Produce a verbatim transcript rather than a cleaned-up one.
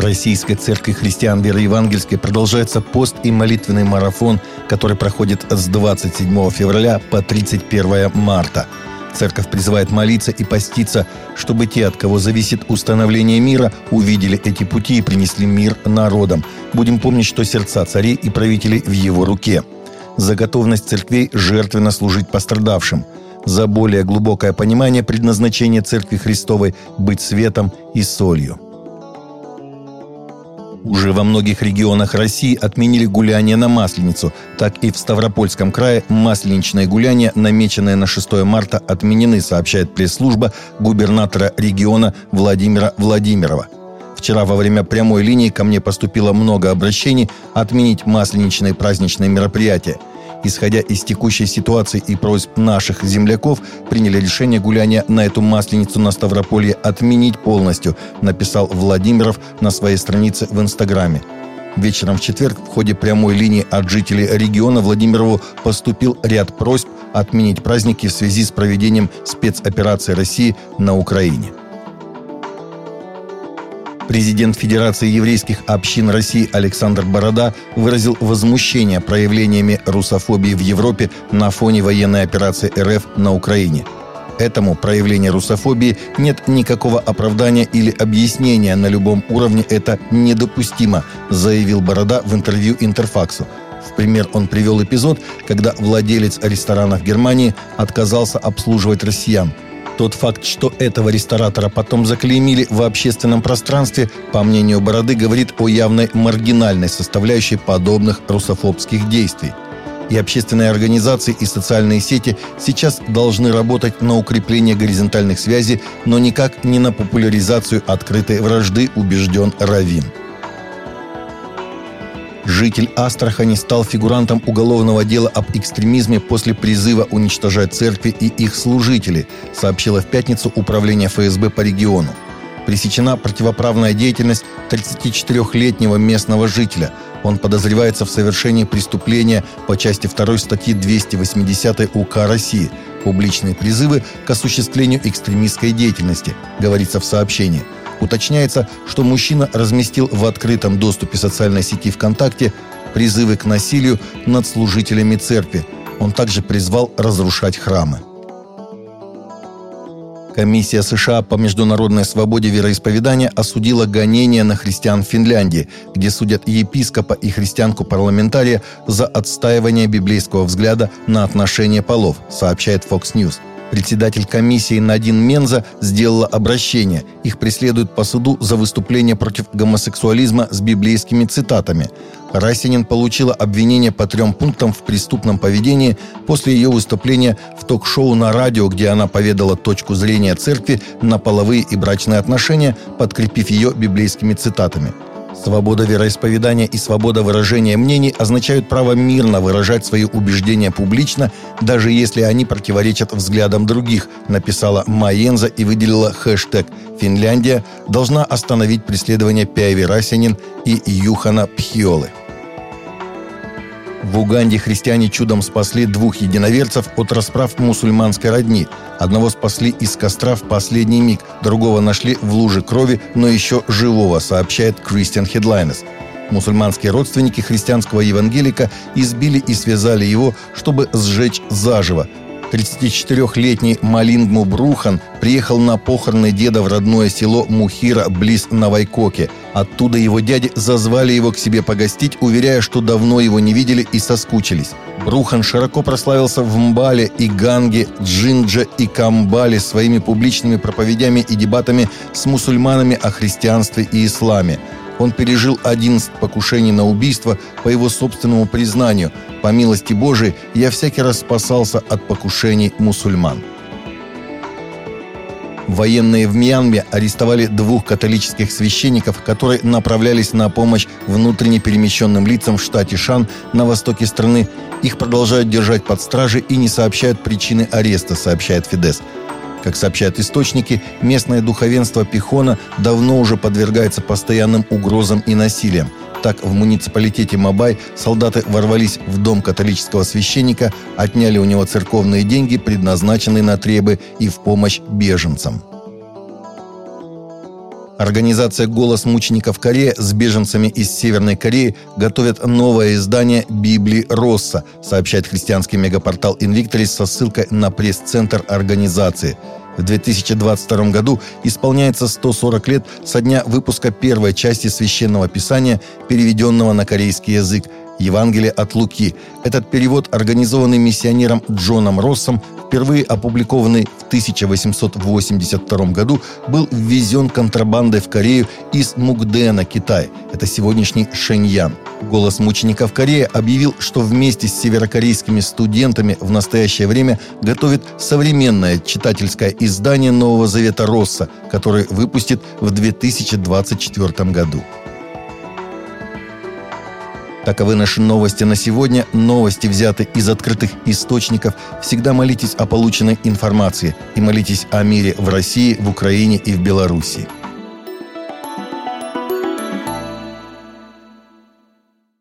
В Российской Церкви Христиан Веры Евангельской продолжается пост и молитвенный марафон, который проходит с двадцать седьмого февраля по тридцать первого марта. Церковь призывает молиться и поститься, чтобы те, от кого зависит установление мира, увидели эти пути и принесли мир народам. Будем помнить, что сердца царей и правителей в его руке. За готовность церквей жертвенно служить пострадавшим. За более глубокое понимание предназначения Церкви Христовой быть светом и солью. Уже во многих регионах России отменили гуляние на Масленицу. Так и в Ставропольском крае масленичные гуляния, намеченные на шестое марта, отменены, сообщает пресс-служба губернатора региона Владимира Владимирова. Вчера во время прямой линии ко мне поступило много обращений отменить масленичные праздничные мероприятия. Исходя из текущей ситуации и просьб наших земляков, приняли решение гуляния на эту Масленицу на Ставрополье отменить полностью, написал Владимиров на своей странице в Инстаграме. Вечером в четверг в ходе прямой линии от жителей региона Владимирову поступил ряд просьб отменить праздники в связи с проведением спецоперации России на Украине. Президент Федерации еврейских общин России Александр Борода выразил возмущение проявлениями русофобии в Европе на фоне военной операции эр эф на Украине. Этому проявлению русофобии нет никакого оправдания или объяснения на любом уровне, это недопустимо, заявил Борода в интервью Интерфаксу. В пример он привел эпизод, когда владелец ресторана в Германии отказался обслуживать россиян. Тот факт, что этого ресторатора потом заклеймили в общественном пространстве, по мнению Бороды, говорит о явной маргинальной составляющей подобных русофобских действий. И общественные организации, и социальные сети сейчас должны работать на укрепление горизонтальных связей, но никак не на популяризацию открытой вражды, убежден Равин. Житель Астрахани стал фигурантом уголовного дела об экстремизме после призыва уничтожать церкви и их служителей, сообщило в пятницу управление эф эс бэ по региону. Пресечена противоправная деятельность тридцатичетырёхлетнего местного жителя. Он подозревается в совершении преступления по части второй статьи двести восьмидесятой УК России «Публичные призывы к осуществлению экстремистской деятельности», говорится в сообщении. Уточняется, что мужчина разместил в открытом доступе социальной сети ВКонтакте призывы к насилию над служителями церкви. Он также призвал разрушать храмы. Комиссия США по международной свободе вероисповедания осудила гонения на христиан в Финляндии, где судят епископа и христианку-парламентария за отстаивание библейского взгляда на отношения полов, сообщает Fox News. Председатель комиссии Надин Менза сделала обращение. Их преследуют по суду за выступление против гомосексуализма с библейскими цитатами. Расинин получила обвинение по трем пунктам в преступном поведении после ее выступления в ток-шоу на радио, где она поведала точку зрения церкви на половые и брачные отношения, подкрепив ее библейскими цитатами. Свобода вероисповедания и свобода выражения мнений означают право мирно выражать свои убеждения публично, даже если они противоречат взглядам других, написала Майенза и выделила хэштег «Финляндия должна остановить преследование Päivi Räsänen и Юхана Пхиолы». В Уганде христиане чудом спасли двух единоверцев от расправ мусульманской родни. Одного спасли из костра в последний миг, другого нашли в луже крови, но еще живого, сообщает Christian Headliners. Мусульманские родственники христианского евангелика избили и связали его, чтобы сжечь заживо. тридцатичетырёхлетний Малингму Брухан приехал на похороны деда в родное село Мухира близ Навайкоке. Оттуда его дяди зазвали его к себе погостить, уверяя, что давно его не видели и соскучились. Брухан широко прославился в Мбале и Ганге, Джиндже и Камбале своими публичными проповедями и дебатами с мусульманами о христианстве и исламе. Он пережил одиннадцать покушений на убийство по его собственному признанию. По милости Божией, я всякий раз спасался от покушений мусульман. Военные в Мьянме арестовали двух католических священников, которые направлялись на помощь внутренне перемещенным лицам в штате Шан на востоке страны. Их продолжают держать под стражей и не сообщают причины ареста, сообщает Фидес. Как сообщают источники, местное духовенство Пихона давно уже подвергается постоянным угрозам и насилиям. Так, в муниципалитете Мабай солдаты ворвались в дом католического священника, отняли у него церковные деньги, предназначенные на требы и в помощь беженцам. Организация «Голос мучеников Корея» с беженцами из Северной Кореи готовят новое издание Библии Росса, сообщает христианский мегапортал Invictus со ссылкой на пресс-центр организации. В две тысячи двадцать втором году исполняется сто сорок лет со дня выпуска первой части Священного Писания, переведенного на корейский язык, Евангелие от Луки. Этот перевод, организованный миссионером Джоном Россом, впервые опубликованный в тысяча восемьсот восемьдесят втором году, был ввезен контрабандой в Корею из Мукдена, Китай. Это сегодняшний Шэньян. «Голос мучеников Кореи» объявил, что вместе с северокорейскими студентами в настоящее время готовит современное читательское издание Нового Завета Росса, который выпустит в две тысячи двадцать четвёртом году. Таковы наши новости на сегодня. Новости взяты из открытых источников. Всегда молитесь о полученной информации и молитесь о мире в России, в Украине и в Белоруссии.